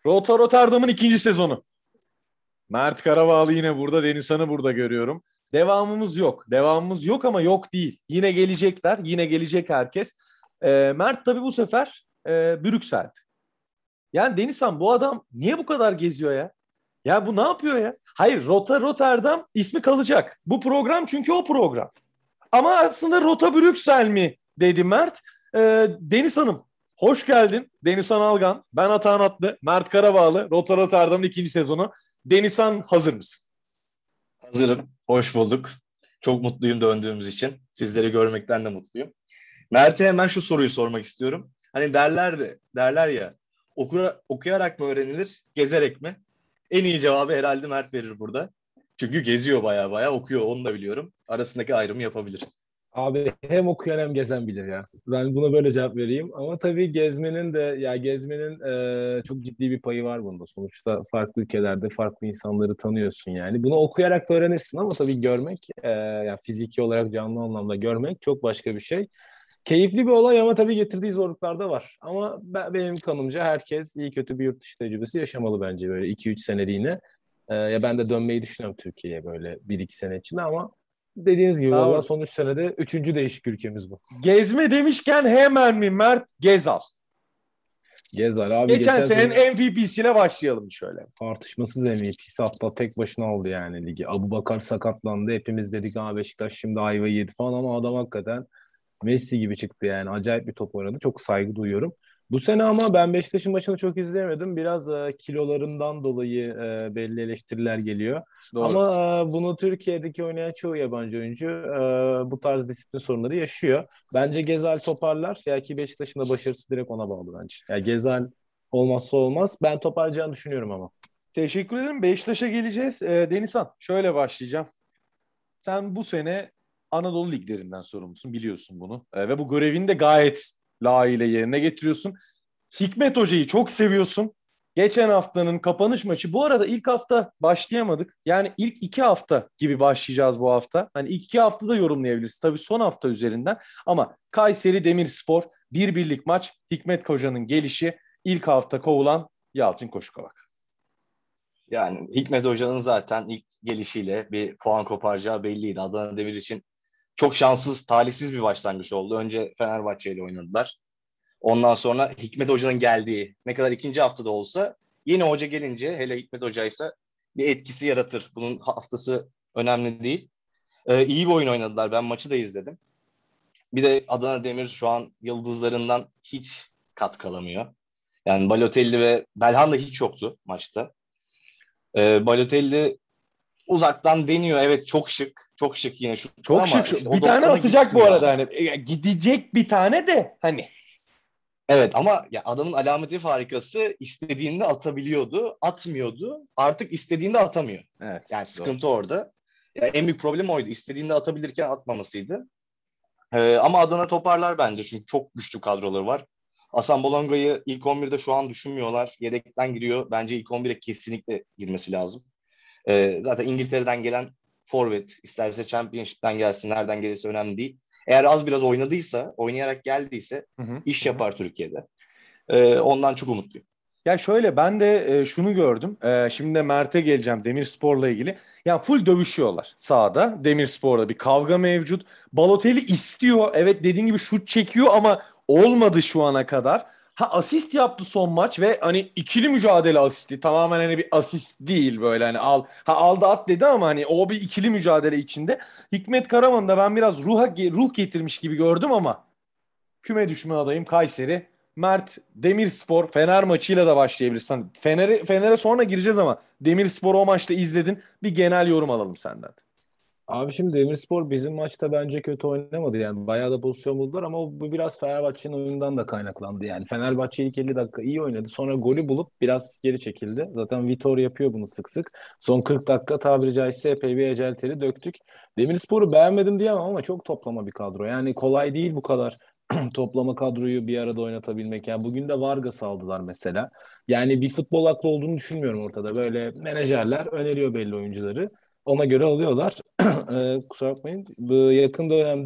Rota Rotterdam'ın ikinci sezonu. Mert Karabağlı yine burada, Denizhan'ı burada görüyorum. Devamımız yok. Devamımız yok ama yok değil. Yine gelecekler. Yine gelecek herkes. Mert tabii bu sefer Brüksel'de. Yani Denizhan, bu adam niye bu kadar geziyor ya? Ya bu ne yapıyor ya? Hayır, Rota Rotterdam ismi kalacak. Bu program çünkü o program. Ama aslında Rota Brüksel mi dedi Mert. Deniz Hanım, hoş geldin. Denizhan Algan, ben Atahan Atlı, Mert Karabağlı, Rota Rotterdam'ın ikinci sezonu. Denizhan, hazır mısın? Hazırım. Hoş bulduk. Çok mutluyum döndüğümüz için. Sizleri görmekten de mutluyum. Mert'e hemen şu soruyu sormak istiyorum. Hani derler ya, okuyarak mı öğrenilir, gezerek mi? En iyi cevabı herhalde Mert verir burada. Çünkü geziyor baya okuyor, onu da biliyorum. Arasındaki ayrımı yapabilir. Abi hem okuyan hem gezen bilir ya. Ben buna böyle cevap vereyim. Ama tabii gezmenin çok ciddi bir payı var bunda. Sonuçta farklı ülkelerde farklı insanları tanıyorsun yani. Bunu okuyarak da öğrenirsin ama tabii görmek, yani fiziki olarak canlı anlamda görmek çok başka bir şey. Keyifli bir olay ama tabii getirdiği zorluklar da var. Ama benim kanımca herkes iyi kötü bir yurt dışı tecrübesi yaşamalı bence böyle 2-3 seneliğine. Ya ben de dönmeyi düşünüyorum Türkiye'ye böyle 1-2 sene içinde ama dediğiniz gibi Tamam. valla son 3 senede 3. değişik ülkemiz bu. Gezme demişken hemen mi Mert, Gezal? Gezal abi Geçen senenin MVP'siyle başlayalım şöyle. tartışmasız MVP'si, hatta tek başına aldı yani ligi. Abubakar sakatlandı. Hepimiz dedik Beşiktaş şimdi ayvayı yedi falan ama adam hakikaten Messi gibi çıktı yani. Acayip bir top oynadı. Çok saygı duyuyorum. Bu sene ama ben Beşiktaş'ın maçını çok izleyemedim. Biraz kilolarından dolayı belli eleştiriler geliyor. Doğru. Ama bunu Türkiye'deki oynayan çoğu yabancı oyuncu bu tarz disiplin sorunları yaşıyor. Bence Gezal toparlar. Belki Beşiktaş'ın da başarısı direkt ona bağlı bence. Yani Gezal olmazsa olmaz. Ben toparlayacağını düşünüyorum ama. Teşekkür ederim. Beşiktaş'a geleceğiz. Denizhan, şöyle başlayacağım. Sen bu sene Anadolu liglerinden sorumlusun, biliyorsun bunu. Ve bu görevini de gayet layığıyla yerine getiriyorsun. Hikmet Hoca'yı çok seviyorsun. Geçen haftanın kapanış maçı. Bu arada ilk hafta başlayamadık. Yani ilk 2 hafta gibi başlayacağız bu hafta. Hani ilk 2 hafta da yorumlayabiliriz. Tabii son hafta üzerinden. Ama Kayseri Demirspor 1-1'lik maç. Hikmet Hoca'nın gelişi, ilk hafta kovulan Yalçın Koşukavak. Yani Hikmet Hoca'nın zaten ilk gelişiyle bir puan koparacağı belliydi. Adana Demir için çok şanssız, talihsiz bir başlangıç oldu. Önce Fenerbahçe ile oynadılar. Ondan sonra Hikmet Hoca'nın geldiği, ne kadar ikinci haftada olsa, yeni hoca gelince, hele Hikmet Hoca'ysa bir etkisi yaratır. Bunun haftası önemli değil. İyi bir oyun oynadılar. Ben maçı da izledim. Bir de Adana Demir şu an yıldızlarından hiç katkı alamıyor. Yani Balotelli ve Belhanda hiç yoktu maçta. Balotelli uzaktan deniyor. Evet, çok şık. Çok şık yine şut Çok ama şık. işte Bir o tane 90'a atacak bu gitmiyor arada. ama. Hani gidecek bir tane de hani. Evet ama ya adamın alameti farikası, istediğinde atabiliyordu, atmıyordu. Artık istediğinde atamıyor. Evet. Yani sıkıntı orada. Ya en büyük problem oydu. İstediğinde atabilirken atmamasıydı. Ama Adana toparlar bence çünkü çok güçlü kadroları var. Hasan Bolonga'yı ilk 11'de şu an düşünmüyorlar. Yedekten giriyor. Bence ilk 11'e kesinlikle girmesi lazım. Zaten İngiltere'den gelen forvet, isterse Championship'ten gelsin, nereden gelirse önemli değil. Eğer az biraz oynadıysa, oynayarak geldiyse iş yapar Türkiye'de. Ondan çok umutluyum. Ya şöyle, ben de şunu gördüm. Şimdi de Mert'e geleceğim Demirspor'la ilgili. Ya full dövüşüyorlar sahada. Demirspor'da bir kavga mevcut. Balotelli istiyor. Evet, dediğin gibi şut çekiyor ama olmadı şu ana kadar. Ha, asist yaptı son maç ve hani ikili mücadele asisti. Tamamen hani bir asist değil, böyle hani aldı at dedi ama hani o bir ikili mücadele içinde. Hikmet Karaman'ı da ben biraz ruh getirmiş gibi gördüm ama küme düşme adayım Kayseri. Mert, Demirspor, Fener maçıyla da başlayabilirsin. Fener'e sonra gireceğiz ama Demirspor'u o maçta izledin. Bir genel yorum alalım senden. Abi şimdi Demirspor bizim maçta bence kötü oynamadı yani. Bayağı da pozisyon buldular ama bu biraz Fenerbahçe'nin oyundan da kaynaklandı yani. Fenerbahçe ilk 50 dakika iyi oynadı. Sonra golü bulup biraz geri çekildi. Zaten Vitor yapıyor bunu sık sık. Son 40 dakika tabiri caizse epey bir ecel teli döktük. Demirspor'u beğenmedim diyemem ama çok toplama bir kadro. Yani kolay değil bu kadar toplama kadroyu bir arada oynatabilmek. Yani bugün de Vargas aldılar mesela. Yani bir futbol aklı olduğunu düşünmüyorum ortada. Böyle menajerler öneriyor belli oyuncuları. Ona göre alıyorlar. Kusura bakmayın. Bu yakın dönemde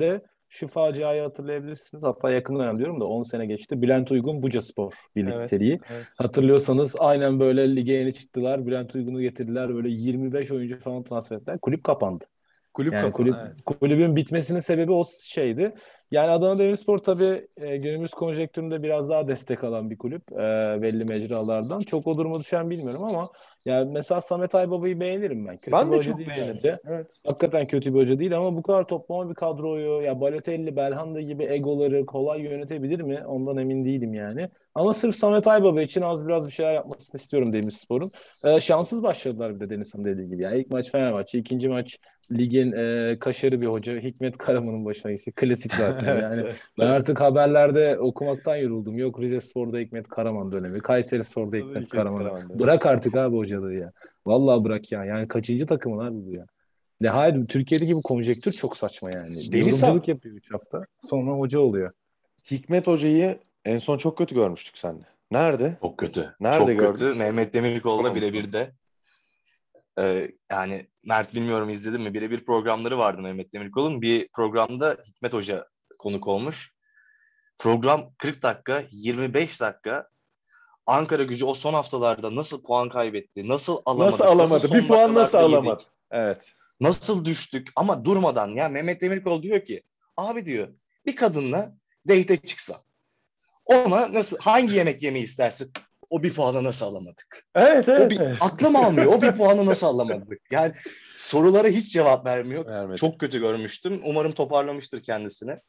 şu faciayı hatırlayabilirsiniz. Hatta yakın dönem diyorum da 10 sene geçti. Bülent Uygun Bucaspor Evet. birlikteliği. Evet. Hatırlıyorsanız aynen böyle lige yeni çıktılar. Bülent Uygun'u getirdiler. Böyle 25 oyuncu falan transfer ettiler. Kulüp kapandı. Kulüp Yani kapanı. Evet. kulübün bitmesinin sebebi o şeydi. Yani Adana Demirspor tabii günümüz konjektüründe biraz daha destek alan bir kulüp belli mecralardan. Çok o duruma düşen bilmiyorum ama yani mesela Samet Aybaba'yı beğenirim ben. Kötü Ben bir de hoca çok değil beğenirim. bence. Evet. Hakikaten kötü bir hoca değil ama bu kadar toplama bir kadroyu ya Balotelli, Belhanda gibi egoları kolay yönetebilir mi? Ondan emin değilim yani. Ama sırf Samet Aybaba için az biraz bir şeyler yapmasını istiyorum Demirspor'un. Şanssız başladılar bir de Deniz'in dediği gibi. Yani ilk maç Fenerbahçe, ikinci maç ligin kaşarı bir hoca Hikmet Karaman'ın başına geçti. Klasik zaten Evet. yani. Evet. Ben artık haberlerde okumaktan yoruldum. Yok Rizespor'da Hikmet Karaman dönemi. Kayserispor'da Hikmet Hikmet Karaman. Karaman. Bırak artık abi hocalığı ya. Vallahi bırak ya. Yani kaçıncı takımın abi bu ya? Ne hayır Türkiye'deki bu konjektür çok saçma yani. Denizhan, Yorumculuk yapıyor 3 hafta. Sonra hoca oluyor. Hikmet Hoca'yı en son çok kötü görmüştük seninle. Nerede? Çok kötü. Nerede Çok kötü. gördük? Mehmet Demirkol'la Unuttum. birebir de. Yani Mert bilmiyorum izledin mi? Birebir programları vardı Mehmet Demirkol'un. Bir programda Hikmet Hoca konuk olmuş. Program 40 dakika, 25 dakika. Ankara Gücü o son haftalarda nasıl puan kaybetti, nasıl Nasıl alamadık, nasıl alamadı? Bir son puan nasıl dakikalarda alamadı? yedik, Evet. nasıl düştük ama durmadan. Ya Mehmet Demirkol diyor ki, abi diyor bir kadınla date çıksa ona nasıl hangi yemek yemeyi istersin? O bir puanı nasıl alamadık? Evet, O evet, bir evet. aklım almıyor. O bir puanı nasıl alamadık? Yani sorulara hiç cevap vermiyor. Vermedi. Çok kötü görmüştüm. Umarım toparlamıştır kendisini.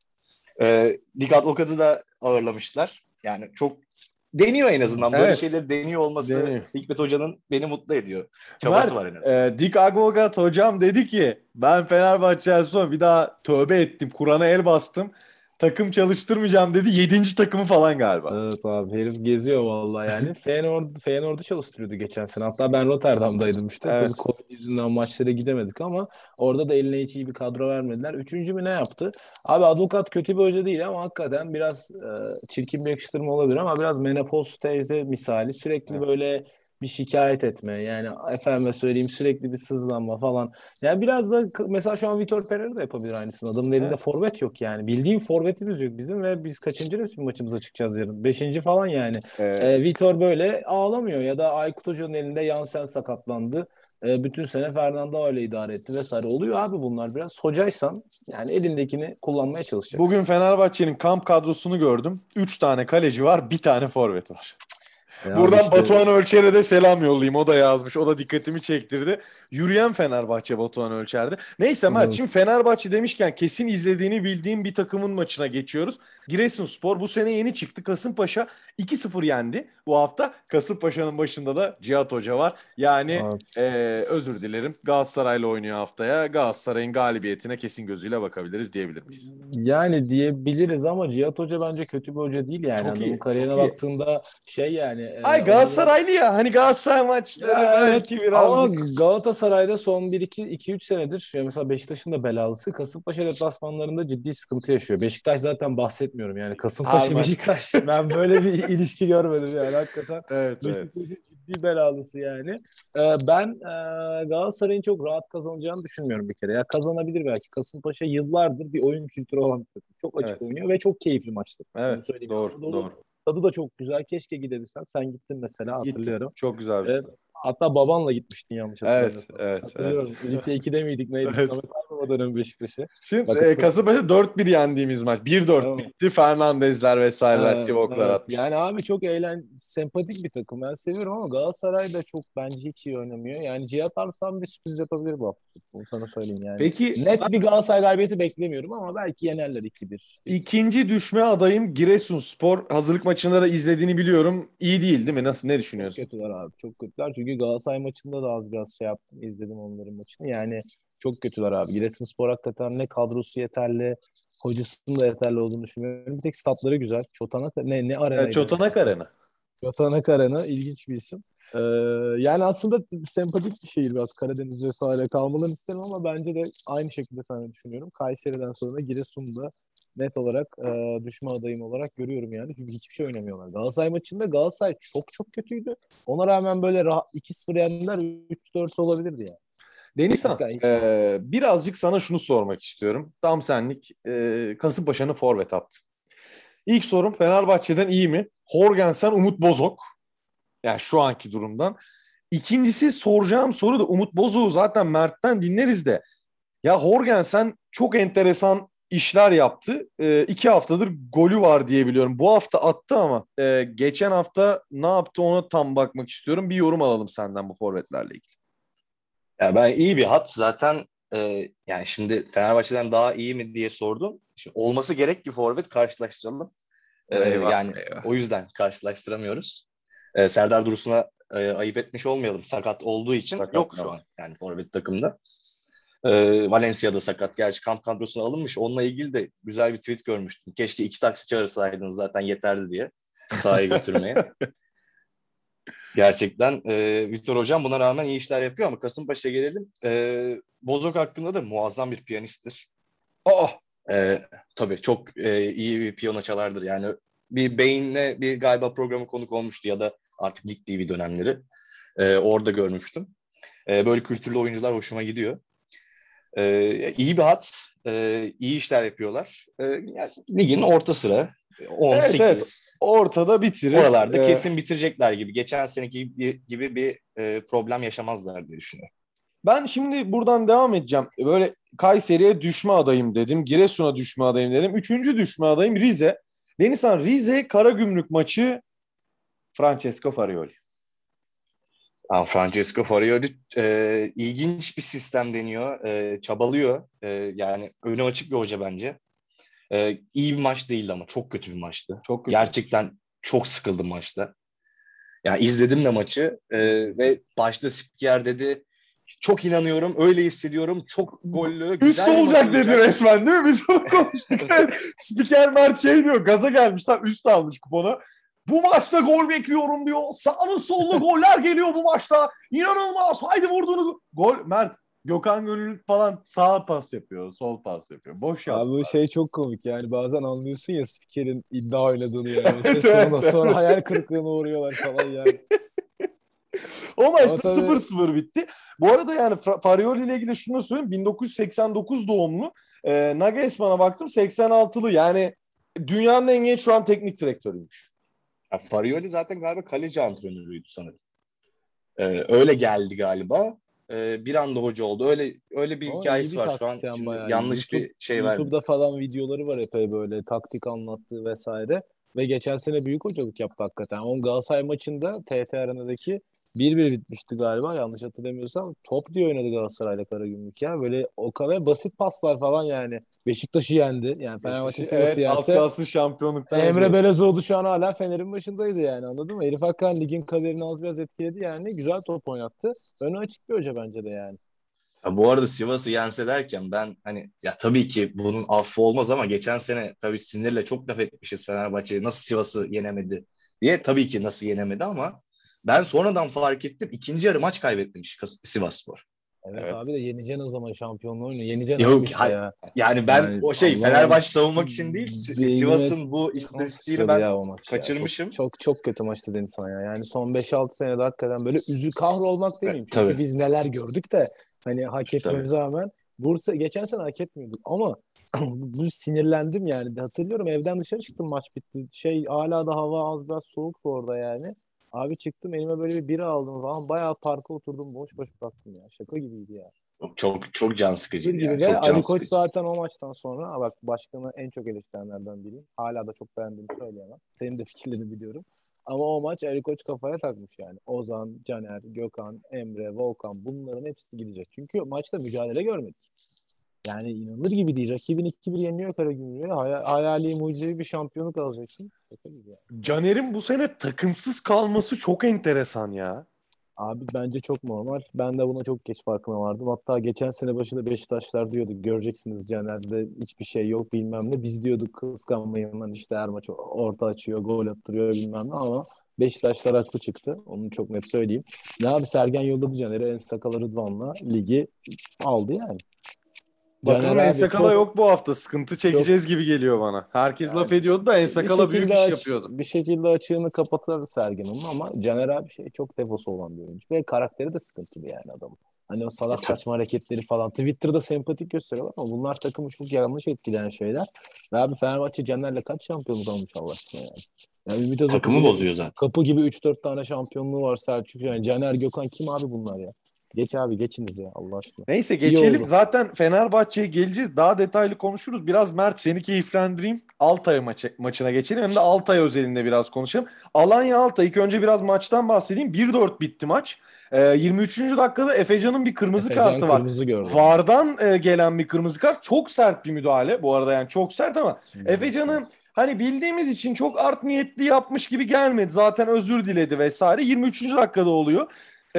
Lig Advokat'ı da ağırlamışlar. Yani çok deniyor en azından. Böyle Evet. şeyleri deniyor olması Deniyor. Hikmet Hoca'nın beni mutlu ediyor. Çabası Mert, var en azından. Dick Advokat hocam dedi ki ben Fenerbahçe'den sonra bir daha tövbe ettim. Kur'an'a el bastım. Takım çalıştırmayacağım dedi. Yedinci takımı falan galiba. Evet abi herif geziyor vallahi yani. Feyenoord'u çalıştırıyordu geçen sene. Hatta ben Rotterdam'daydım işte. Tabii Evet. Covid yüzünden maçlara gidemedik ama orada da eline hiç iyi bir kadro vermediler. Üçüncü mü ne yaptı? Abi Avukat kötü bir hoca değil ama hakikaten biraz çirkin bir yakıştırma olabilir ama biraz menopoz teyze misali. Sürekli Evet. böyle bir şikayet etme. Yani efendime söyleyeyim sürekli bir sızlanma falan. Yani biraz da mesela şu an Vitor Pereira da yapabilir aynısını. Adamın elinde Evet. forvet yok yani. Bildiğim forvetimiz yok bizim ve biz kaçıncı resmi maçımıza çıkacağız yarın? Beşinci falan yani. Ee, Vitor böyle ağlamıyor ya da Aykut Hoca'nın elinde Jansen sakatlandı. Bütün sene Fernando öyle idare etti vesaire. Oluyor abi bunlar biraz. Hocaysan yani elindekini kullanmaya Bugün çalışacaksın. Fenerbahçe'nin kamp kadrosunu gördüm. 3 tane kaleci var, bir tane forvet var. Abi Buradan işte Batuhan Ölçer'e de selam yollayayım. O da yazmış. O da dikkatimi çektirdi. Yürüyen Fenerbahçe Batuhan Ölçer'de. Neyse Mert, şimdi evet. Fenerbahçe demişken kesin izlediğini bildiğim bir takımın maçına geçiyoruz. Giresunspor bu sene yeni çıktı. Kasımpaşa 2-0 yendi bu hafta. Kasımpaşa'nın başında da Cihat Hoca var. Yani Evet. özür dilerim. Galatasaray'la oynuyor haftaya. Galatasaray'ın galibiyetine kesin gözüyle bakabiliriz diyebilir miyiz? Yani diyebiliriz ama Cihat Hoca bence kötü bir hoca değil yani. Çok Adamın iyi. kariyerine Çok iyi. baktığında şey yani Ay oynadığı. Galatasaraylı ya. Hani Galatasaray maçları Ya evet belki ama birazcık. Galatasaray'da son 1-2-3 senedir ya mesela Beşiktaş'ın da belalısı Kasımpaşa deplasmanlarında ciddi sıkıntı yaşıyor. Beşiktaş zaten bahsetmiyorum yani Her Kasımpaşa maç. Beşiktaş ben böyle bir ilişki görmedim yani hakikaten Evet, evet. Beşiktaş'ın ciddi belalısı yani. Ben Galatasaray'ın çok rahat kazanacağını düşünmüyorum bir kere. Ya kazanabilir belki. Kasımpaşa yıllardır bir oyun kültürü olan bir takım. Çok açık Evet. oynuyor ve çok keyifli maçlar. Onu Evet. söyleyeyim. Doğru. Anadolu Doğru. tadı da çok güzel. Keşke gidebilsem. Sen gittin mesela Gittim. hatırlıyorum. Çok güzel bir stat. Hatta babanla gitmiştin yanlış Evet. hatırlamıyorsam. Evet. Evet. Hatırlıyorum. Lise 2'de miydik neydik? Evet. Samet Aybaba dönemi Beşiktaş'ı. Şimdi Bak hatırlıyorum. Kasımpaşa 4-1 yendiğimiz maç. 1-4 Tamam. bitti. Fernandezler vesaireler Sivoklar Evet. atmış. Yani abi çok sempatik bir takım. Ben seviyorum ama Galatasaray da çok bence hiç iyi oynamıyor. Yani Cihat Arslan bir sürpriz yapabilir bu hafta. Bunu sana söyleyeyim yani. Peki Net bir Galatasaray galibiyeti beklemiyorum ama belki yenerler 2-1. ikinci düşme adayım Giresunspor. Hazırlık maçında da izlediğini biliyorum. İyi değil mi? Nasıl? Ne Çok düşünüyorsun? kötüler abi. Çok kötüler. Çünkü Galatasaray maçında da az biraz şey yaptım. İzledim onların maçını. Yani çok kötüler abi. Giresunspor hakikaten ne kadrosu yeterli, hocasının da yeterli olduğunu düşünüyorum. Bir tek statları güzel. Çotanak ne arenaydı? Çotanak Arena. Çotanak Arena ilginç bir isim. Ee, Yani aslında sempatik bir şehir biraz Karadeniz vesaire kalmalarını isterim ama bence de aynı şekilde sana düşünüyorum. Kayseri'den sonra Giresun'da net olarak düşme adayım olarak görüyorum yani. Çünkü hiçbir şey oynamıyorlar. Galatasaray maçında Galatasaray çok çok kötüydü. Ona rağmen böyle 2-0 yendiler 3-4 olabilirdi yani. Denizhan, Gayet. birazcık sana şunu sormak istiyorum. Tam senlik Kasımpaşa'nın forvet attı. İlk sorum Fenerbahçe'den iyi mi? Horgensen, Umut Bozok. Yani şu anki durumdan. İkincisi soracağım soru da Umut Bozok'u zaten Mert'ten dinleriz de. Ya Horgensen çok enteresan işler yaptı. 2 haftadır golü var diye biliyorum. Bu hafta attı ama geçen hafta ne yaptı ona tam bakmak istiyorum. Bir yorum alalım senden bu forvetlerle ilgili. Ya ben iyi bir hat zaten, yani şimdi Fenerbahçe'den daha iyi mi diye sordum. Şimdi olması gerek ki forvet karşılaştıralım. Eyvah, Yani eyvah. o yüzden karşılaştıramıyoruz. Serdar Dursun'a ayıp etmiş olmayalım. Sakat olduğu için Sakat yok mı? şu an yani forvet takımda. Valencia'da sakat. Gerçi kamp kadrosuna alınmış. Onunla ilgili de güzel bir tweet görmüştüm. Keşke 2 taksi çağırsaydınız zaten yeterli diye sahaya götürmeye. Gerçekten Victor Hocam buna rağmen iyi işler yapıyor ama Kasımpaşa'ya gelelim. Bozok hakkında da muazzam bir piyanisttir. Aa, E, tabii çok iyi bir piyano çalardır. Yani bir Beyin'le bir galiba programı konuk olmuştu ya da artık Lig TV dönemleri. Orada görmüştüm. Böyle kültürlü oyuncular hoşuma gidiyor. İyi bir hat, iyi işler yapıyorlar. Yani ligin orta sıra, evet, evet. 18. Ortada bitirir. Oralarda kesin bitirecekler gibi. Geçen seneki gibi bir problem yaşamazlar diye düşünüyorum. Ben şimdi buradan devam edeceğim. Böyle Kayseri'ye düşme adayım dedim. Giresun'a düşme adayım dedim. Üçüncü düşme adayım Rize. Denizhan, Rize Karagümrük maçı Francesco Farioli. Francesco Farioli ilginç bir sistem deniyor. Çabalıyor. Yani önü açık bir hoca bence. İyi bir maç değildi ama çok kötü bir maçtı. Çok kötü. Gerçekten çok sıkıldım maçta. Yani izledim de maçı ve başta spiker dedi çok inanıyorum, öyle hissediyorum, çok gollü, Üst güzel bir maç olacak dedi olacak. resmen değil mi? Biz onu konuştuk. Spiker Mert şey diyor, gaza gelmiş, tam üst almış kuponu. Bu maçta gol bekliyorum diyor. Sağlı sollu goller geliyor bu maçta. İnanılmaz. Haydi vurduğunuz gol. Mert, Gökhan Gönül falan sağ pas yapıyor, sol pas yapıyor. Boş Abi bu yaptılar. şey çok komik yani bazen anlıyorsun ya spikerin iddia oynadığını yani. Evet, Ses tonuna evet, sonra evet. hayal kırıklığına uğruyorlar falan yani. O Ama maçta tabii 0-0 bitti. Bu arada yani Farioli ile ilgili şunu da söyleyeyim. 1989 doğumlu. Nagelsmann'a baktım 86'lı. Yani dünyanın en genç şu an teknik direktörüymüş. Ya, Farioli zaten galiba kaleci antrenörüydü sanırım. Öyle geldi galiba. Bir anda hoca oldu. Öyle bir ama iyi hikayesi bir var şu an. taktisyen Şimdi bayağı iyi. yanlış bir şey vermeyeyim. YouTube'da falan videoları var epey böyle taktik anlattığı vesaire. Ve geçen sene büyük hocalık yaptı hakikaten. O Galatasaray maçında TT Arena'daki 1-1 bitmişti galiba yanlış hatırlamıyorsam. Top diye oynadı Galatasaray'la Karagümrük ya. Böyle o kadar basit paslar falan yani. Beşiktaş'ı yendi. Yani Fenerbahçe Sivas'ı Evet, az yense kalsın şampiyonluktan Emre oluyordu. Belezoğlu şu an hala Fener'in başındaydı yani anladın mı? Herif hakikaten ligin kaderini az biraz etkiledi yani. Güzel top oynattı. Önü açık bir hoca bence de yani. Ya bu arada Sivas'ı yense derken ben hani ya tabii ki bunun affı olmaz ama geçen sene tabii sinirle çok laf etmişiz Fenerbahçe'ye nasıl Sivas'ı yenemedi diye. Tabii ki nasıl yenemedi ama ben sonradan fark ettim. İkinci yarı maç kaybetmiş Sivasspor. Evet Evet. abi de yeneceksin o zaman şampiyonluğu oyunu. Yeneceksin abi Yok, işte ya. yani ben Yani o şey Allah'ım Fenerbahçe savunmak için değil beynime Sivas'ın bu kan istatistiğini sıçradı ben ya o maç ya. Çok kaçırmışım. çok çok kötü maçtı Denizhan ya. Yani son 5-6 senede hakikaten böyle kahrolmak demeyeyim. Çünkü Tabii, biz neler gördük de hani hak tabii. etmemize rağmen Bursa geçen sene hak etmiyorduk ama bu sinirlendim yani. Hatırlıyorum evden dışarı çıktım maç bitti. Şey hala da hava az biraz soğuktu orada yani. Abi çıktım elime böyle bir bira aldım falan. Bayağı parka oturdum boş boş baktım ya. Şaka gibiydi ya. Çok çok can Bir sıkıcıydı gibi ya. ve Çok can Ali Koç sıkıcı. zaten o maçtan sonra bak başkanı en çok eleştirenlerden biriyim. Hala da çok beğendiğimi söyleyemem. Senin de fikirlerini biliyorum. Ama o maç Ali Koç kafaya takmış yani. Ozan, Caner, Gökhan, Emre, Volkan bunların hepsi gidecek. Çünkü maçta mücadele görmedik. Yani inanılır gibi değil. Rakibin 2-1 yeniyor Karagümrük'ü. Hayali mucizevi bir şampiyonluk alacaksın. Şaka gibi yani. Caner'in bu sene takımsız kalması çok enteresan ya. Abi bence çok normal. Ben de buna çok geç farkına vardım. Hatta geçen sene başında Beşiktaşlar diyordu. Göreceksiniz Caner'de hiçbir şey yok bilmem ne. Biz diyorduk kıskanmayın lan işte her maç orta açıyor, gol attırıyor bilmem ne ama Beşiktaşlar haklı çıktı. Onu çok net söyleyeyim. Ne abi Sergen yolladı Caner'i En Sakala Rıdvan'la ligi aldı yani. Caner Bakalım abi Ensakala çok yok bu hafta. Sıkıntı çok çekeceğiz gibi geliyor bana. Herkes laf yani ediyordu da bir Ensakala büyük şekilde iş yapıyordu. bir şekilde açığını kapatır Sergen onun ama Caner abi şey çok defosu olan bir oyuncu ve karakteri de sıkıntılı yani adam. Hani o salak Tabii. saçma hareketleri falan. Twitter'da sempatik gösteriyorlar ama bunlar takımı çok yanlış etkileyen şeyler. Ve abi Fenerbahçe Caner'le kaç şampiyonluk almış Allah aşkına yani. Yani Ümit Özok'un Takımı bozuyor zaten. kapı gibi 3-4 tane şampiyonluğu var Selçuk. Yani Caner, Gökhan kim abi bunlar ya? Geç abi geçiniz ya Allah aşkına. Neyse İyi geçelim. oldu. Zaten Fenerbahçe'ye geleceğiz. Daha detaylı konuşuruz. Biraz Mert seni keyiflendireyim. Altay maçına geçelim. Hem de Altay özelinde biraz konuşalım. Alanya Altay. İlk önce biraz maçtan bahsedeyim. 1-4 bitti maç. 23. dakikada Efecan'ın bir kırmızı Efecan kartı var. kırmızı gördü. VAR'dan gelen bir kırmızı kart. Çok sert bir müdahale. Bu arada yani çok sert ama Efecan'ın Evet. hani bildiğimiz için çok art niyetli yapmış gibi gelmedi. Zaten özür diledi vesaire. 23. dakikada oluyor.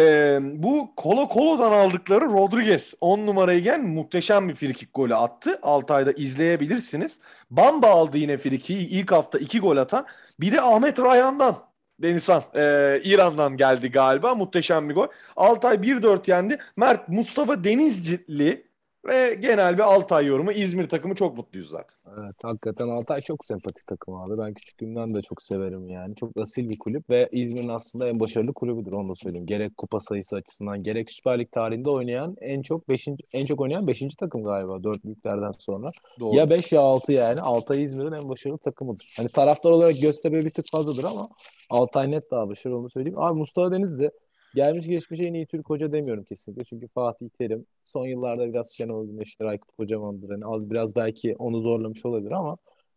Bu Kolo'dan aldıkları Rodriguez 10 numarayı gen muhteşem bir frikik golü attı. Altay'da izleyebilirsiniz. Bamba aldı yine frikiyi. İlk hafta 2 gol atan. Bir de Ahmet Rayhan'dan. Denizhan. İran'dan geldi galiba. Muhteşem bir gol. Altay 1-4 yendi. Mert Mustafa Denizli ve genel bir Altay yorumu. İzmir takımı çok mutluyuz zaten. Evet, hakikaten Altay çok sempatik takım abi. Ben küçüklüğümden de çok severim yani. Çok asil bir kulüp ve İzmir'in aslında en başarılı kulübüdür onu da söyleyeyim. Gerek kupa sayısı açısından gerek Süper Lig tarihinde oynayan en çok oynayan beşinci takım galiba dört büyüklerden sonra. Ya Doğru. 5 ya 6 yani. Altay İzmir'in en başarılı takımıdır. Hani taraftar olarak Göztepe bir tık fazladır ama Altay net daha başarılı onu söyleyeyim. Abi Mustafa Denizli gelmiş geçmiş en iyi Türk hoca demiyorum kesinlikle. Çünkü Fatih Terim son yıllarda biraz Şenol Güneş'tir, Aykut Kocaman'dır. Hani az biraz belki onu zorlamış olabilir ama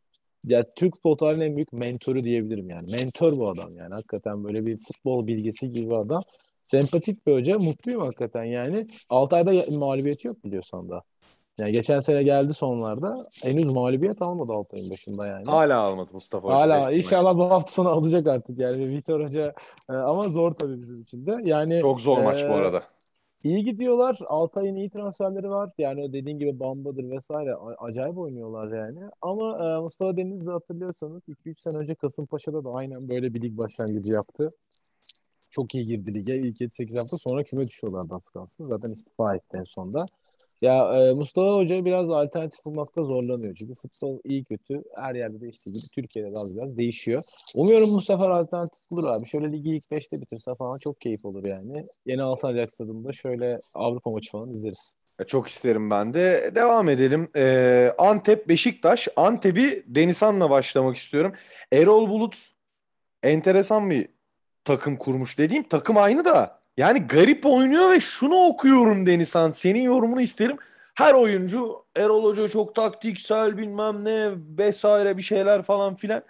ya Türk futbol tarihinin en büyük mentoru diyebilirim yani. Mentor bu adam yani. Hakikaten böyle bir futbol bilgisi gibi bir adam. Sempatik bir hoca. Mutluyum hakikaten yani. 6 ayda mağlubiyeti yok biliyorsan da. Yani geçen sene geldi sonlarda. Henüz mağlubiyet almadı Altay'ın başında yani. Hala almadı Mustafa Hoca Hala resmi maç. inşallah bu hafta sonu alacak artık yani Vitor Hoca. Ama zor tabii bizim için de. Yani Çok zor maç bu arada. iyi gidiyorlar. Altay'ın iyi transferleri var. Yani o dediğin gibi Bamba'dır vesaire. Acayip oynuyorlar yani. Ama Mustafa Denizli hatırlıyorsanız 2-3 sene önce Kasımpaşa'da da aynen böyle bir lig başlangıcı yaptı. Çok iyi girdi lige. İlk 7-8 hafta sonra küme düşüyorlardı az kalsın. Zaten istifa etti en sonda. Ya Mustafa Hoca biraz alternatif bulmakta zorlanıyor. Çünkü futbol iyi kötü her yerde değiştiği gibi Türkiye'de de az biraz değişiyor. Umuyorum bu sefer alternatif bulur abi. Şöyle ligi ilk beşte bitirse falan çok keyif olur yani. Yeni Alsancak Stadı'nda şöyle Avrupa maçı falan izleriz. Çok isterim ben de. Devam edelim. Antep Beşiktaş. Antep'i Denizhan'la başlamak istiyorum. Erol Bulut enteresan bir takım kurmuş dediğim takım aynı da yani garip oynuyor ve şunu okuyorum Denizhan. Senin yorumunu isterim. Her oyuncu Erol Hoca çok taktiksel bilmem ne vesaire bir şeyler falan filan.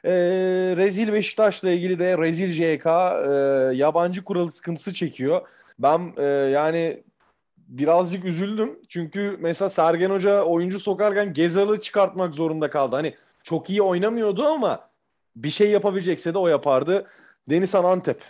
Rezil Beşiktaş'la ilgili de Rezil JK yabancı kuralı sıkıntısı çekiyor. Ben yani birazcık üzüldüm. Çünkü mesela Sergen Hoca oyuncu sokarken Gezal'ı çıkartmak zorunda kaldı. Hani çok iyi oynamıyordu ama bir şey yapabilecekse de o yapardı. Denizhan Antep.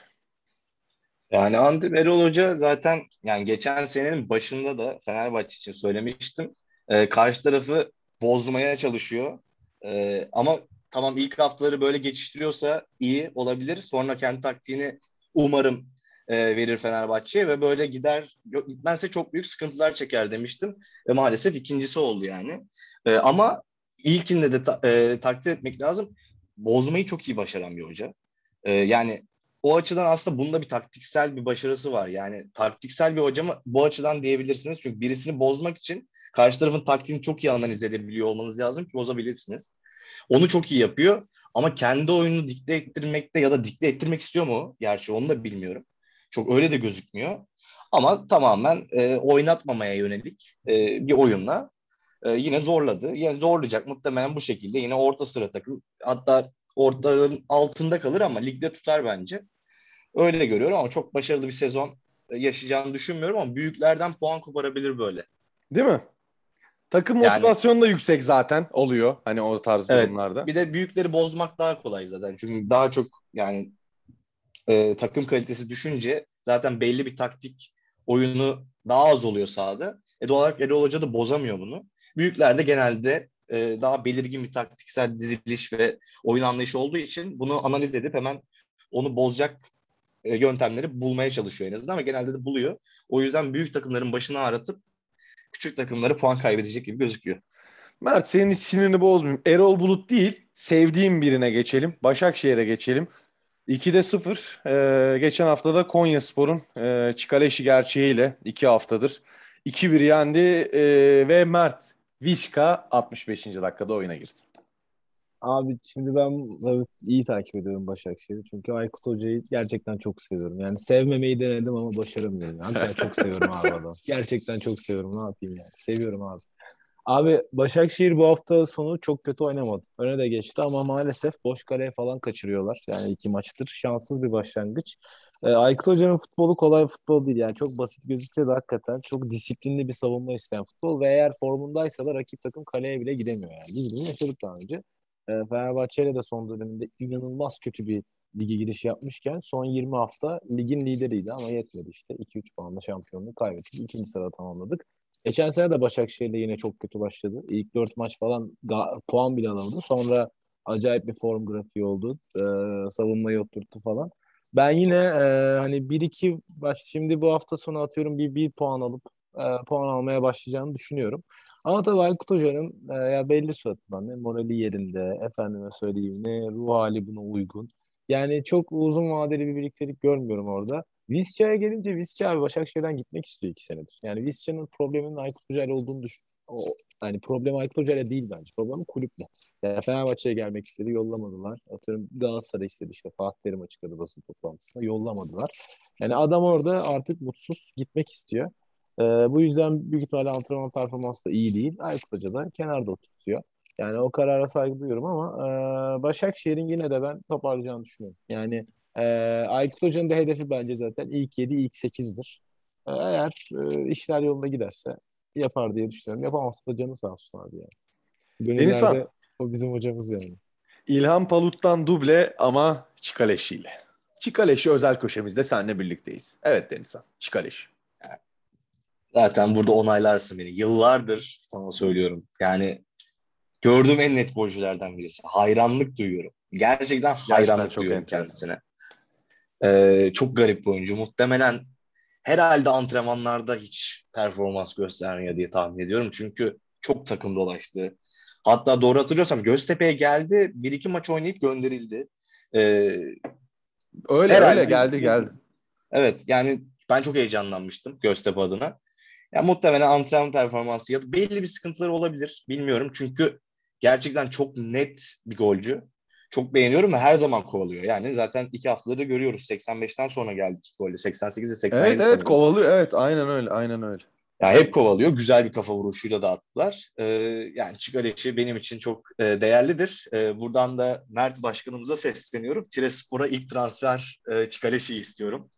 Yani Antep Erol Hoca zaten yani geçen senenin başında da Fenerbahçe için söylemiştim. Karşı tarafı bozmaya çalışıyor. Ama tamam ilk haftaları böyle geçiştiriyorsa iyi olabilir. Sonra kendi taktiğini umarım verir Fenerbahçe ve böyle gider gitmezse çok büyük sıkıntılar çeker demiştim. Ve maalesef ikincisi oldu yani. Ama ilkinde de takdir etmek lazım. Bozmayı çok iyi başaran bir hoca. Yani o açıdan aslında bunda bir taktiksel bir başarısı var. Yani taktiksel bir hoca mı bu açıdan diyebilirsiniz. Çünkü birisini bozmak için karşı tarafın taktiğini çok iyi analiz edebiliyor olmanız lazım ki bozabilirsiniz. Onu çok iyi yapıyor. Ama kendi oyununu dikte ettirmekte ya da dikte ettirmek istiyor mu? Gerçi onu da bilmiyorum. Çok öyle de gözükmüyor. Ama tamamen oynatmamaya yönelik bir oyunla yine zorladı. Yani zorlayacak muhtemelen bu şekilde. Yine orta sıra takım. Hatta ortanın altında kalır ama ligde tutar bence. Öyle görüyorum ama çok başarılı bir sezon yaşayacağını düşünmüyorum ama büyüklerden puan koparabilir böyle. Değil mi? Takım Yani motivasyonu da yüksek zaten oluyor. Hani o tarz evet durumlarda. bir de büyükleri bozmak daha kolay zaten. Çünkü daha çok yani takım kalitesi düşünce zaten belli bir taktik oyunu daha az oluyor sahada. Doğal olarak Erol Hoca da bozamıyor bunu. Büyüklerde genelde daha belirgin bir taktiksel diziliş ve oyun anlayışı olduğu için bunu analiz edip hemen onu bozacak yöntemleri bulmaya çalışıyor en azından ama genelde de buluyor. O yüzden büyük takımların başını ağrıtıp küçük takımları puan kaybedecek gibi gözüküyor. Mert senin hiç sinirini bozmayayım. Erol Bulut değil, sevdiğim birine geçelim. Başakşehir'e geçelim. 2'de 0. Geçen hafta da Konyaspor'un Çikaleşi gerçeğiyle 2 haftadır 2-1 yendi ve Mert Vişka 65. dakikada oyuna girdi. Abi şimdi ben iyi takip ediyorum Başakşehir'i. Çünkü Aykut Hoca'yı gerçekten çok seviyorum. Yani sevmemeyi denedim ama başaramıyorum. Hakikaten çok seviyorum abi adam. Gerçekten çok seviyorum. Ne yapayım yani. Seviyorum abi. Abi Başakşehir bu hafta sonu çok kötü oynamadı. Öne de geçti ama maalesef boş kaleye falan kaçırıyorlar. Yani 2 maçtır. Şanssız bir başlangıç. Aykut Hoca'nın futbolu kolay bir futbol değil. Yani çok basit gözükse de hakikaten çok disiplinli bir savunma isteyen futbol. Ve eğer formundaysa da rakip takım kaleye bile gidemiyor yani. Biz bunu yaşadık daha önce. Fenerbahçe'yle de son döneminde inanılmaz kötü bir lige giriş yapmışken son 20 hafta ligin lideriydi ama yetmedi işte. 2-3 puanla şampiyonluğu kaybettik. İkinci sırada tamamladık. Geçen sene de Başakşehir'de yine çok kötü başladı. İlk 4 maç falan puan bile alamadı. Sonra acayip bir form grafiği oldu. Savunmayı oturttu falan. Ben yine hani bir iki baş şimdi bu hafta sonu atıyorum bir puan alıp puan almaya başlayacağını düşünüyorum. Ama tabii Aykut Hoca'nın ya belli suratından ne morali yerinde, efendime söyleyeyim ne ruh hali buna uygun. Yani çok uzun vadeli bir birliktelik görmüyorum orada. Visca'ya gelince Visca abi Başakşehir'den gitmek istiyor 2 senedir. Yani Visca'nın probleminin Aykut Hoca'yla olduğunu düşün. Yani problem Aykut Hoca'yla değil bence. Problem kulüple. Yani Fenerbahçe'ye gelmek istedi, yollamadılar. Atıyorum Galatasaray istedi işte Fatih Terim açıkladı basın toplantısında, yollamadılar. Yani adam orada artık mutsuz, gitmek istiyor. Bu yüzden büyük ihtimalle antrenman performansı da iyi değil. Aykut Hoca da kenarda oturtuyor. Yani o karara saygı duyuyorum ama Başakşehir'in yine de ben toparlayacağını düşünüyorum. Yani Aykut Hoca'nın da hedefi bence zaten ilk 7, ilk 8'dir. Eğer işler yolunda giderse yapar diye düşünüyorum. Yapamazsa da canı sağ olsun abi yani. Denizhan, Gönüllerde o bizim hocamız yani. İlhan Palut'tan duble ama Çikaleşi'yle. Çikaleşi özel köşemizde seninle birlikteyiz. Evet Denizhan, Çikaleşi. Zaten burada onaylarsın beni. Yıllardır sana söylüyorum. Yani gördüğüm en net golcülerden birisi. Hayranlık duyuyorum. Gerçekten Gerçekten hayranlık çok duyuyorum enteresan. kendisine. Çok garip bir oyuncu. Muhtemelen herhalde antrenmanlarda hiç performans göstermiyor diye tahmin ediyorum. Çünkü çok takım dolaştı. Hatta doğru hatırlıyorsam Göztepe'ye geldi. Bir iki maç oynayıp gönderildi. Ee, Öyle öyle herhalde geldi geldi. evet yani ben çok heyecanlanmıştım Göztepe adına. Ya muhtemelen antrenman performansı ya da belli bir sıkıntıları olabilir. Bilmiyorum çünkü gerçekten çok net bir golcü. Çok beğeniyorum ve her zaman kovalıyor. Yani zaten 2 haftaları görüyoruz. 85'ten sonra geldik golle. 88 ve Evet 87 evet sanırım. kovalıyor. Evet aynen öyle aynen öyle. Yani hep kovalıyor. Güzel bir kafa vuruşuyla da attılar. Yani Çikaleşi benim için çok değerlidir. Buradan da Mert Başkanımıza sesleniyorum. Tirespor'a ilk transfer Çikaleşi'yi istiyorum.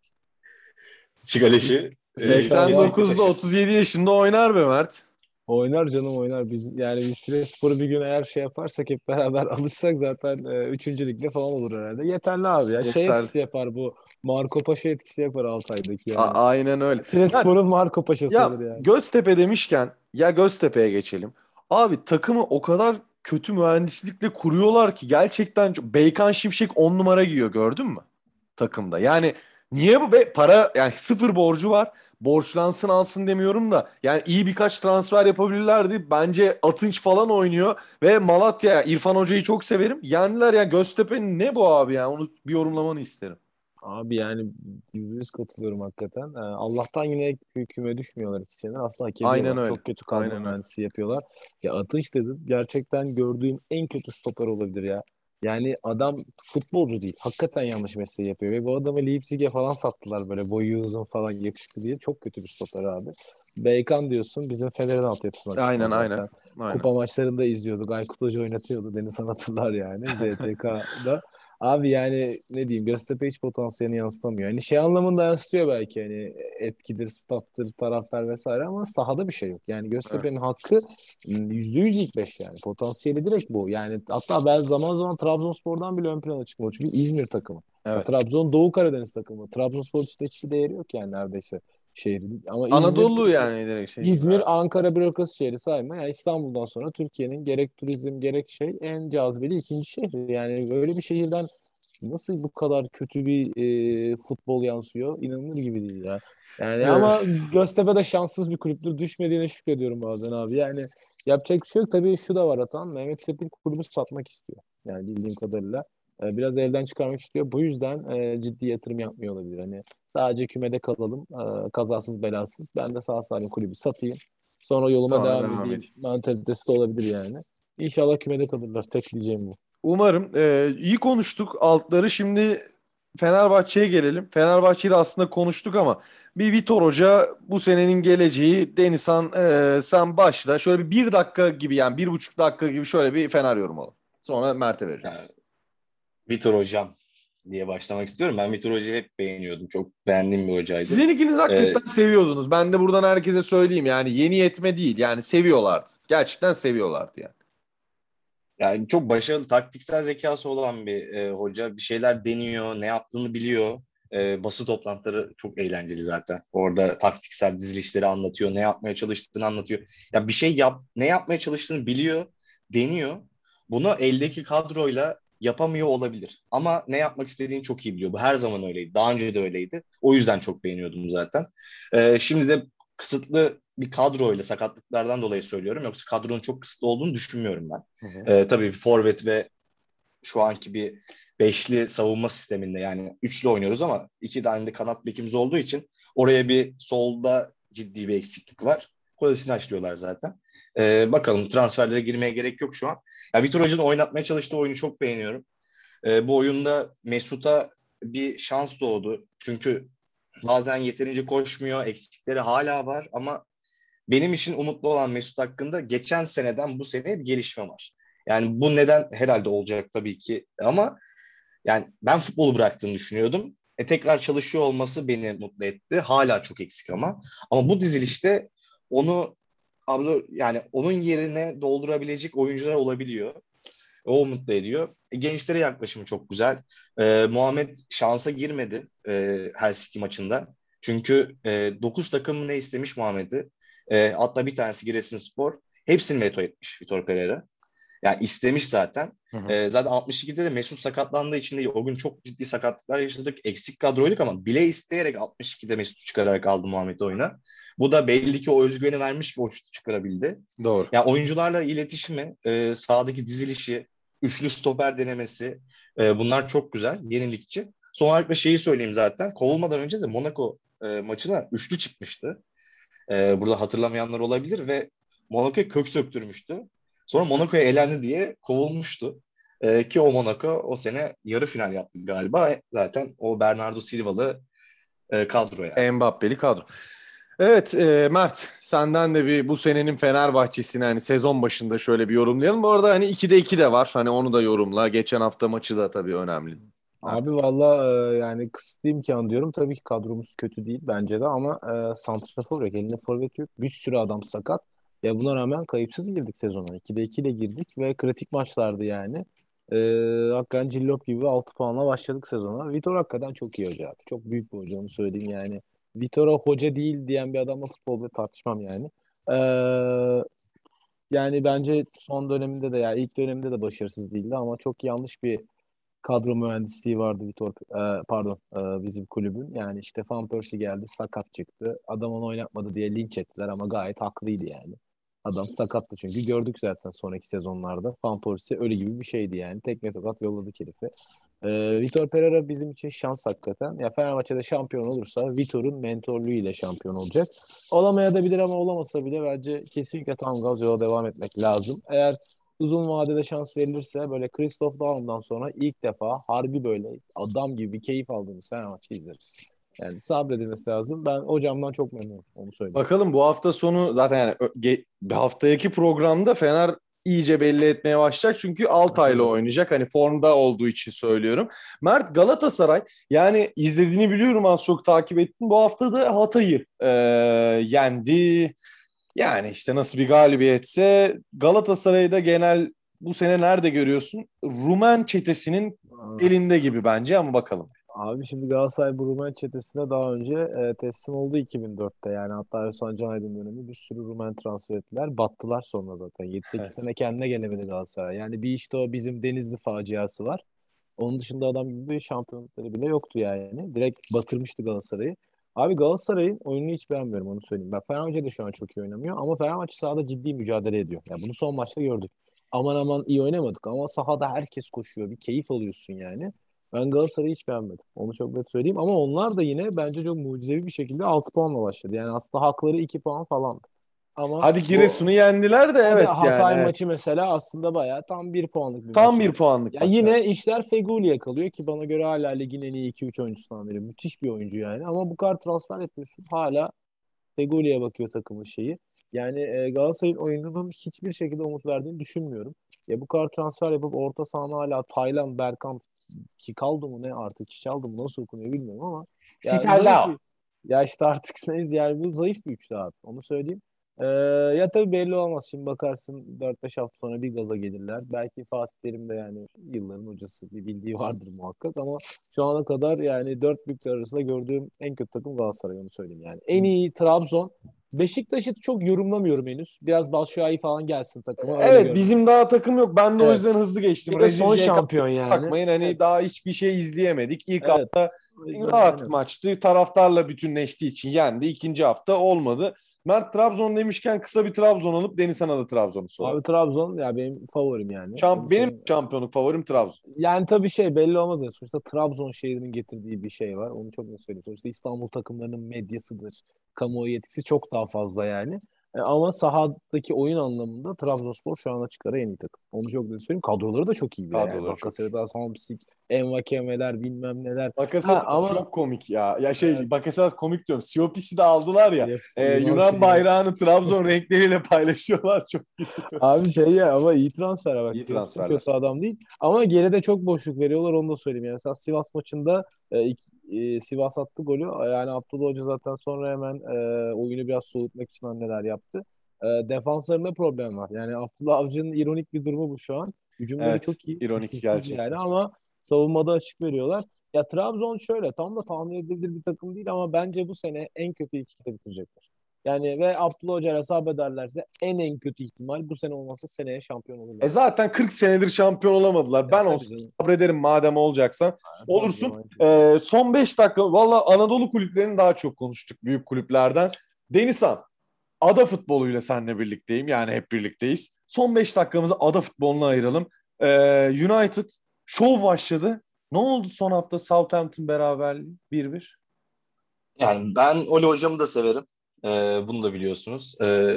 Çikaleşi kesinlikle 89'da taşır. 37 yaşında oynar be Mert. Oynar canım oynar. Biz Tirespor'u bir gün eğer şey yaparsak hep beraber alışsak zaten 3. ligde falan olur herhalde. Yeterli abi ya. Şey Yeter. etkisi yapar bu. Marco Paşa etkisi yapar Altay'daki yani. Aynen öyle. Mert, Tirespor'un Marco Paşa'sı olur ya yani. Göztepe demişken ya Göztepe'ye geçelim. Abi takımı o kadar kötü mühendislikle kuruyorlar ki gerçekten Beykan Şimşek 10 numara giyiyor gördün mü? Takımda. Yani niye bu be para yani sıfır borcu var. Borçlansın alsın demiyorum da yani iyi birkaç transfer yapabilirlerdi. Bence Atınç falan oynuyor ve Malatya İrfan Hoca'yı çok severim. Yendiler ya Göztepe'nin ne bu abi yani onu bir yorumlamanı isterim. Abi yani %100 katılıyorum hakikaten. Allah'tan yine küme düşmüyorlar 2 sene. Aslında hak Aynen ediyorlar. öyle. Çok kötü kadro Aynen öyle. mühendisi yapıyorlar. Ya Atış dedim gerçekten gördüğüm en kötü stoper olabilir ya. Yani adam futbolcu değil. Hakikaten yanlış mesleği yapıyor. Ve bu adamı Leipzig'e falan sattılar böyle boyu uzun falan yakışıklı diye. Çok kötü bir stoper abi. Beykan diyorsun bizim Fener'in altyapısına Aynen çıkmaz aynen. zaten. Aynen. Kupa maçlarında izliyorduk. Aykut Hoca oynatıyordu. Deniz hatırlar yani ZTK'da. Abi yani ne diyeyim Göztepe hiç potansiyelini yansıtamıyor. Yani şey anlamında yansıtıyor belki hani etkidir, stattır, taraftar vesaire ama sahada bir şey yok. Yani Göztepe'nin Evet. hakkı %100 ilk 5 yani. Potansiyeli direkt bu. Yani hatta ben zaman zaman Trabzonspor'dan bile ön plana çıkmalı. Çünkü İzmir takımı. Ya, Evet. Trabzon Doğu Karadeniz takımı. Trabzonspor işte hiçbir değeri yok yani neredeyse şehrin. Ama İzmir Anadolu yani direkt şey gibi. Evet. Ankara bürokrasi şehri sayma. Yani İstanbul'dan sonra Türkiye'nin gerek turizm gerek şey en cazibeli ikinci şehri. Yani böyle bir şehirden nasıl bu kadar kötü bir futbol yansıyor? İnanılır gibi değil ya. Yani Ee, ama Göztepe de şanssız bir kulüptür. Düşmediğine şükrediyorum bazen abi. Yani yapacak bir şey yok. Tabii şu da var Atan. Mehmet Sepil kulübü satmak istiyor. Yani bildiğim kadarıyla. Biraz elden çıkarmak istiyor. Bu yüzden ciddi yatırım yapmıyor olabilir. Hani sadece kümede kalalım, kazasız belasız. Ben de sağ salim kulübü satayım. Sonra yoluma Sonra devam devam edeyim. edeyim. Mantalitesi de olabilir yani. İnşallah kümede kalırlar. Tek diyeceğim bu. Umarım. İyi konuştuk altları. Şimdi Fenerbahçe'ye gelelim. Fenerbahçe'yi de aslında konuştuk ama bir Vitor Hoca bu senenin geleceği. Denizhan, sen başla. Şöyle bir dakika gibi, yani 1,5 dakika gibi şöyle bir Fener yorum alalım. Sonra Mert'e vereceğim. Yani Vitor Hocam diye başlamak istiyorum. Ben Vitor Hoca'yı hep beğeniyordum. Çok beğendiğim bir hocaydı. Sizin ikiniz Ee, hakikaten seviyordunuz. Ben de buradan herkese söyleyeyim. Yani yeni yetme değil. Yani seviyorlardı. Gerçekten seviyorlardı yani. Yani çok başarılı, taktiksel zekası olan bir hoca. Bir şeyler deniyor, ne yaptığını biliyor. Basın toplantıları çok eğlenceli zaten. Orada taktiksel dizilişleri anlatıyor, ne yapmaya çalıştığını anlatıyor. Ya bir şey ne yapmaya çalıştığını biliyor, deniyor. Bunu eldeki kadroyla yapamıyor olabilir. Ama ne yapmak istediğini çok iyi biliyor. Bu her zaman öyleydi. Daha önce de öyleydi. O yüzden çok beğeniyordum zaten. Şimdi de kısıtlı bir kadroyla, sakatlıklardan dolayı söylüyorum. Yoksa kadronun çok kısıtlı olduğunu düşünmüyorum ben. Hı hı. Tabii bir forvet ve şu anki bir beşli savunma sisteminde, yani üçlü oynuyoruz ama iki tane de kanat bekimiz olduğu için oraya bir solda ciddi bir eksiklik var. Kolasinac zaten. Bakalım, transferlere girmeye gerek yok şu an. Ya Vitor Hoca'nın oynatmaya çalıştığı oyunu çok beğeniyorum. Bu oyunda Mesut'a bir şans doğdu. Çünkü bazen yeterince koşmuyor, eksikleri hala var ama benim için umutlu olan Mesut hakkında geçen seneden bu seneye bir gelişme var. Yani bu neden herhalde olacak tabii ki ama yani ben futbolu bıraktığını düşünüyordum. Tekrar çalışıyor olması beni mutlu etti. Hala çok eksik ama. Ama bu dizilişte onu yani onun yerine doldurabilecek oyuncular olabiliyor. O mutlu ediyor. Gençlere yaklaşımı çok güzel. Muhammed şansa girmedi Helsinki maçında. Çünkü 9 takım ne istemiş Muhammed'i. Hatta bir tanesi Giresunspor. Hepsini veto etmiş Vitor Pereira. Yani istemiş zaten. Hı hı. Zaten 62'de de Mesut sakatlandığı için değil. O gün çok ciddi sakatlıklar yaşadık. Eksik kadroyduk ama bile isteyerek 62'de Mesut'u çıkararak aldı Muhammed'i oyuna. Bu da belli ki o özgüveni vermiş ki o şutu çıkarabildi. Doğru. Yani oyuncularla iletişimi, sahadaki dizilişi, üçlü stoper denemesi, bunlar çok güzel, yenilikçi. Son olarak da şeyi söyleyeyim zaten. Kovulmadan önce de Monaco maçına üçlü çıkmıştı. Burada hatırlamayanlar olabilir ve Monaco'ya kök söktürmüştü. Sonra Monaco'ya elendi diye kovulmuştu. Ki o Monaco o sene yarı final yaptı galiba. Zaten o Bernardo Silva'lı kadro yani. Mbappé'li kadro. Evet, Mert, senden de bir bu senenin Fenerbahçe'sini hani sezon başında şöyle bir yorumlayalım. Bu arada hani 2'de 2 de var. Hani onu da yorumla. Geçen hafta maçı da tabii önemli. Abi Mert. valla yani kısıtlı imkan diyorum. Tabii ki kadromuz kötü değil bence de ama santrafor yok. Elinde forvet yok. Bir sürü adam sakat. Ya buna rağmen kayıpsız girdik sezona. 2'de 2 ile girdik ve kritik maçlardı yani. Hakikaten cillop gibi 6 puanla başladık sezona. Vitor hakikaten çok iyi hoca abi. Çok büyük bir hoca, onu söyleyeyim yani. Vitor'a hoca değil diyen bir adamla futbolda tartışmam yani. E, Yani bence son döneminde de ya ilk döneminde de başarısız değildi ama çok yanlış bir kadro mühendisliği vardı bizim kulübün. Yani işte Van Persie geldi, sakat çıktı. Adam onu oynatmadı diye linç ettiler ama gayet haklıydı yani. Adam sakattı çünkü gördük zaten sonraki sezonlarda. Van Persie ölü gibi bir şeydi yani. Tekme tokat yolladık herifi. Vitor Pereira bizim için şans hakikaten. Ya Fenerbahçe'de şampiyon olursa Vitor'un mentorluğuyla şampiyon olacak. Olamayabilir ama olamasa bile bence kesinlikle tam gaz yola devam etmek lazım. Eğer uzun vadede şans verilirse böyle Christoph Daum'dan sonra ilk defa harbi böyle adam gibi bir keyif aldığımız Fenerbahçe izleriz. Yani sabredilmesi lazım. Ben hocamdan çok memnunum. Onu söyleyeyim. Bakalım bu hafta sonu zaten yani bir haftaki programda Fener iyice belli etmeye başlayacak. Çünkü Altay'la Tabii. oynayacak. Hani formda olduğu için söylüyorum. Mert, Galatasaray, yani izlediğini biliyorum, az çok takip ettim. Bu hafta da Hatay'ı yendi. Yani işte nasıl bir galibiyetse, Galatasaray'da genel bu sene nerede görüyorsun? Rumen çetesinin elinde gibi bence, ama bakalım. Abi şimdi Galatasaray bu Rumen çetesine daha önce teslim oldu 2004'te. Yani hatta Özcan Can Aydın dönemi bir sürü Rumen transfer ettiler. Battılar sonra zaten. 7-8 Evet. sene kendine gelemedi Galatasaray. Yani bir işte o bizim Denizli faciası var. Onun dışında adam gibi bir şampiyonlukları bile yoktu yani. Direkt batırmıştı Galatasaray'ı. Abi Galatasaray'ın oyununu hiç beğenmiyorum, onu söyleyeyim. Ben Fenerbahçe de şu an çok iyi oynamıyor ama Fenerbahçe sahada ciddi mücadele ediyor. Yani bunu son maçta gördük. aman aman iyi oynamadık ama sahada herkes koşuyor. Bir keyif alıyorsun yani. Ben Galatasaray'ı hiç beğenmedim. Onu çok net söyleyeyim. Ama onlar da yine bence çok mucizevi bir şekilde 6 puanla başladı. Yani aslında hakları 2 puan falan. Ama Hadi Giresun'u bu yendiler de hadi evet yani Hatay evet. maçı mesela aslında bayağı tam 1 puanlık bir Tam bir maçtı. puanlık Ya maç. Evet. yine işler Feguli'ye kalıyor ki bana göre hala ligin en iyi 2-3 oyuncusundan biri. Müthiş bir oyuncu yani. Ama bu kadar transfer yapıyorsun. Hala Feguli'ye bakıyor takımın şeyi. Yani Galatasaray'ın oyununun hiçbir şekilde umut verdiğini düşünmüyorum. Ya bu kadar transfer yapıp orta sahana hala Taylan, Berkan, Kikaldı mı ne artık Çiçaldı mı nasıl okunuyor bilmiyorum ama ya zayıf Fikaldao. bir ya işte artık neyiz yani bu zayıf bir üçlü abi onu söyleyeyim. Ya tabii belli olmaz şimdi bakarsın 4-5 hafta sonra bir gaza gelirler. Belki Fatih Terim de yani yılların hocası bir bildiği vardır muhakkak ama şu ana kadar yani dört büyükler arasında gördüğüm en kötü takım Galatasaray onu söyleyeyim yani. En iyi Trabzon. Beşiktaş'ı çok yorumlamıyorum henüz. Biraz Batshuayi falan gelsin takıma öyle Evet görmek. bizim daha takım yok. Ben de o Evet. yüzden hızlı geçtim. Bir de Recep son JK şampiyon yani. bakmayın hani Evet. daha hiçbir şey izleyemedik. İlk hafta Evet. O yüzden rahat aynen. maçtı. Taraftarla bütünleştiği için yendi. İkinci hafta olmadı. Mert Trabzon demişken kısa bir Trabzon alıp Denizhan'a da Trabzon'u soralım. Abi Trabzon ya benim favorim yani. Onu Benim söyleyeyim. şampiyonluk favorim Trabzon. Yani tabii şey belli olmaz yani. Sonuçta Trabzon şehrinin getirdiği bir şey var. Onu çok net söyleyeyim. Sonuçta İstanbul takımlarının medyasıdır. Kamuoyu etkisi çok daha fazla yani. Ama sahadaki oyun anlamında Trabzonspor şu an açık ara en iyi takım. Onu çok net söyleyeyim. Kadroları da çok iyi bir de yani. Kadroları çok iyi. Bakasetas, Hamsik, Envakeme'ler bilmem neler. Ha Bakasetas ama çok komik ya. Ya evet, Bakasetas komik diyorum. Siyopis'i de aldılar ya. hepsi Yunan Yunan şeyi. bayrağını Trabzon renkleriyle paylaşıyorlar. Çok Abi şey ya ama iyi transfer bak. iyi Siyops da kötü transferler. adam değil. Ama geride çok boşluk veriyorlar onu da söyleyeyim. Yani mesela Sivas maçında Sivas attı golü. Yani Abdullah Hoca zaten sonra hemen oyunu biraz soğutmak için neler yaptı. Defanslarında problem var. Yani Abdullah Avcı'nın ironik bir durumu bu şu an. Hücumları Evet. çok iyi. İronik Kusursuz yani gerçekten. ama savunmada açık veriyorlar. Ya Trabzon şöyle tam da tahmin edilebilir bir takım değil ama bence bu sene en kötü iki kere bitirecekler. Yani ve Abdullah Hoca ile sabrederlerse en kötü ihtimal bu sene olmasa seneye şampiyon olurlar. Zaten 40 senedir şampiyon olamadılar. Ya Ben tabii olsam canım. sabrederim madem olacaksan. Ha, tabii Olursun. canım. Aynı şekilde. Son 5 dakika. Valla Anadolu kulüplerini daha çok konuştuk büyük kulüplerden. Denizhan, ada futboluyla seninle birlikteyim. Yani hep birlikteyiz. Son 5 dakikamızı ada futboluna ayıralım. United şov başladı. Ne oldu son hafta Southampton beraberliği 1-1? Yani ben Oli hocamı da severim. Bunu da biliyorsunuz.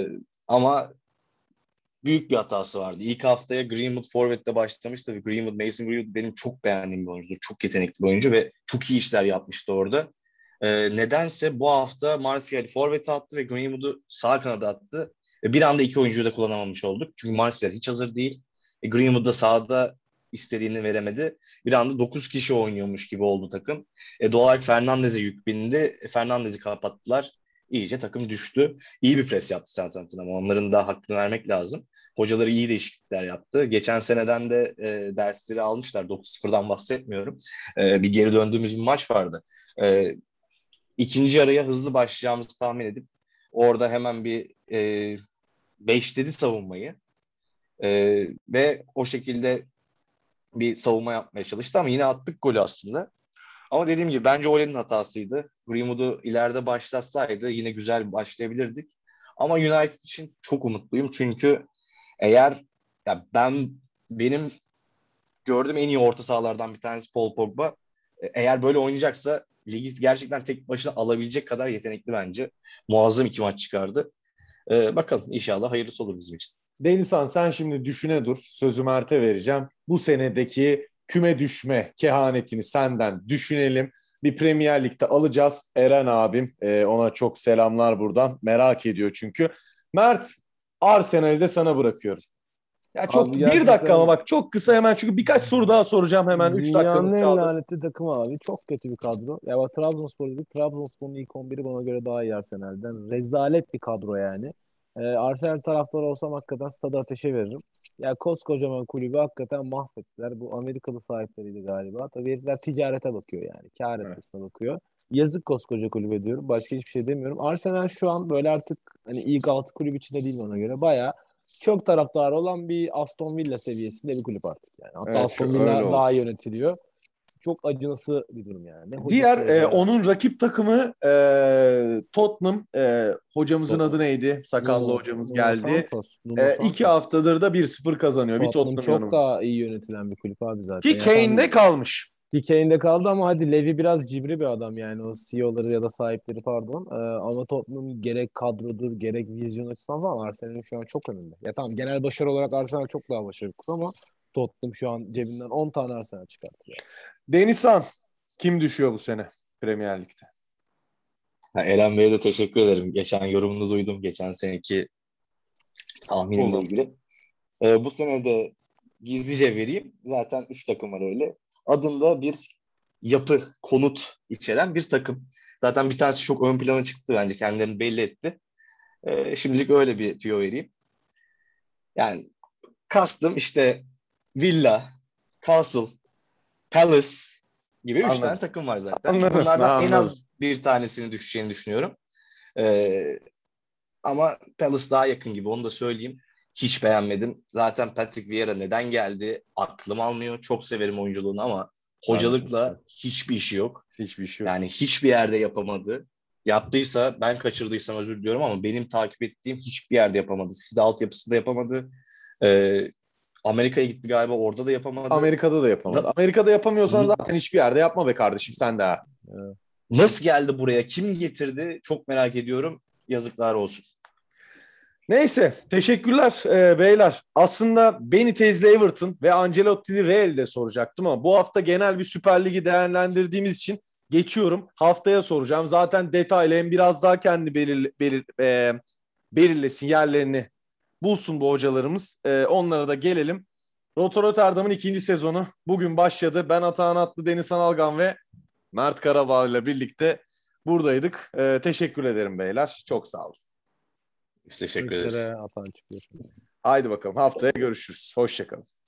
Ama büyük bir hatası vardı. İlk haftaya Greenwood Forvet'te başlamış. Tabii Mason Greenwood benim çok beğendiğim bir oyuncudur. Çok yetenekli bir oyuncu ve çok iyi işler yapmıştı orada. Nedense bu hafta Martial'i Forvet'e attı ve Greenwood'u sağ kanada attı. Bir anda iki oyuncuyu da kullanamamış olduk. Çünkü Martial hiç hazır değil. Greenwood da sağda istediğini veremedi. Bir anda 9 kişi oynuyormuş gibi oldu takım. Doğal olarak Fernandez'e yük bindi. Fernandez'i kapattılar. İyice takım düştü. İyi bir pres yaptı Southampton ama onların da hakkını vermek lazım. Hocaları iyi değişiklikler yaptı. Geçen seneden de dersleri almışlar. 9-0'dan bahsetmiyorum. Bir geri döndüğümüz bir maç vardı. E, ikinci yarıya hızlı başlayacağımızı tahmin edip orada hemen bir 5 dedi savunmayı. Ve o şekilde bir savunma yapmaya çalıştı ama yine attık golü aslında. Ama dediğim gibi bence Ole'nin hatasıydı. Greenwood'u ileride başlatsaydı yine güzel başlayabilirdik. Ama United için çok umutluyum çünkü eğer ya benim gördüğüm en iyi orta sahalardan bir tanesi Paul Pogba. Eğer böyle oynayacaksa ligi gerçekten tek başına alabilecek kadar yetenekli bence. Muazzam iki maç çıkardı. Bakalım inşallah hayırlısı olur bizim için. Denizhan sen şimdi düşüne dur. Sözü Mert'e vereceğim. Bu senedeki küme düşme kehanetini senden düşünelim. Bir Premier Lig'de alacağız. Eren abim ona çok selamlar buradan. Merak ediyor çünkü. Mert Arsenal'i de sana bırakıyorum. Ya çok Abi bir dakika ama gerçekten bak çok kısa hemen çünkü birkaç soru daha soracağım hemen 3 dünyanın dakikamız en kaldı. lanetli takımı abi. Çok kötü bir kadro. Ya bak Trabzonspor dedik. Trabzonspor'un ilk 11'i bana göre daha iyi Arsenal'den. Rezalet bir kadro yani. Arsenal taraftarı olsam hakikaten stada ateşe veririm. Ya koskocaman kulübü hakikaten mahvettiler. Bu Amerikalı sahipleriydi galiba. Tabii herifler ticarete bakıyor yani. Kâr Evet. etmesine bakıyor. Yazık koskoca kulübe diyorum. Başka hiçbir şey demiyorum. Arsenal şu an böyle artık hani ilk 6 kulüp içinde değil ona göre. Bayağı çok taraftarı olan bir Aston Villa seviyesinde bir kulüp artık yani. Hatta Evet Aston öyle Villa oldu. daha iyi yönetiliyor. çok acınası bir durum yani. Ne hocası Diğer özel. onun rakip takımı Tottenham. Hocamızın adı neydi? Sakallı hocamız Nuno geldi. Santos. Nuno 2 Santos. haftadır da 1-0 kazanıyor. Bir Tottenham Tottenham çok yanımda. daha iyi yönetilen bir kulüp abi zaten. Ki Ya tam Kane'de kalmış. Dikey'inde kaldı ama hadi Levy biraz cibri bir adam yani o CEO'ları ya da sahipleri pardon. Ama Tottenham gerek kadrodur gerek vizyon açısından falan Arsenal'in şu an çok önünde. Ya tamam genel başarı olarak Arsenal çok daha başarılı ama Tottenham şu an cebinden 10 tane Arsenal çıkartıyor. Denizhan kim düşüyor bu sene Premier Lig'de? Eren Bey'e de teşekkür ederim. Geçen yorumunuzu duydum. Geçen seneki tahminimle Olur. ilgili. Bu sene de gizlice vereyim. Zaten 3 takım var öyle. Adında bir yapı, konut içeren bir takım. Zaten bir tanesi çok ön plana çıktı bence. Kendilerini belli etti. Şimdilik öyle bir tüyo vereyim. Yani kastım işte Villa, Castle, Palace gibi 3 tane Anladım. takım var zaten. Anladım. Bunlardan en Anladım. az bir tanesini düşeceğini düşünüyorum. Ee, Ama Palace daha yakın gibi, onu da söyleyeyim. Hiç beğenmedim. Zaten Patrick Vieira neden geldi? Aklım almıyor. Çok severim oyunculuğunu ama Ben de çok hocalıkla seviyorum. hiçbir işi yok. Hiçbir şey yok. Yani hiçbir yerde yapamadı. Yaptıysa ben kaçırdıysam özür diliyorum ama benim takip ettiğim hiçbir yerde yapamadı. Sizde altyapısında yapamadı. Ee, Amerika'ya gitti galiba, orada da yapamadı. Amerika'da da yapamadı. Na- Amerika'da yapamıyorsan zaten hiçbir yerde yapma be kardeşim sen de ha. Nasıl geldi buraya? Kim getirdi? Çok merak ediyorum. Yazıklar olsun. Neyse teşekkürler beyler. Aslında Benitez'le Everton ve Ancelotti'li Real'de soracaktım ama bu hafta genel bir Süper Lig'i değerlendirdiğimiz için geçiyorum. Haftaya soracağım. Zaten detaylı hem biraz daha kendi belirlesin yerlerini bulsun bu hocalarımız. Onlara da gelelim. Rotterdam'ın 2. sezonu bugün başladı. Ben Atahan Atlı, Deniz Sanalgan ve Mert Karabağ ile birlikte buradaydık. Teşekkür ederim beyler. Çok sağ olun. Biz teşekkür Görüşmek ederiz. üzere. Atan çıkıyor. Haydi bakalım haftaya görüşürüz. Hoşça kalın.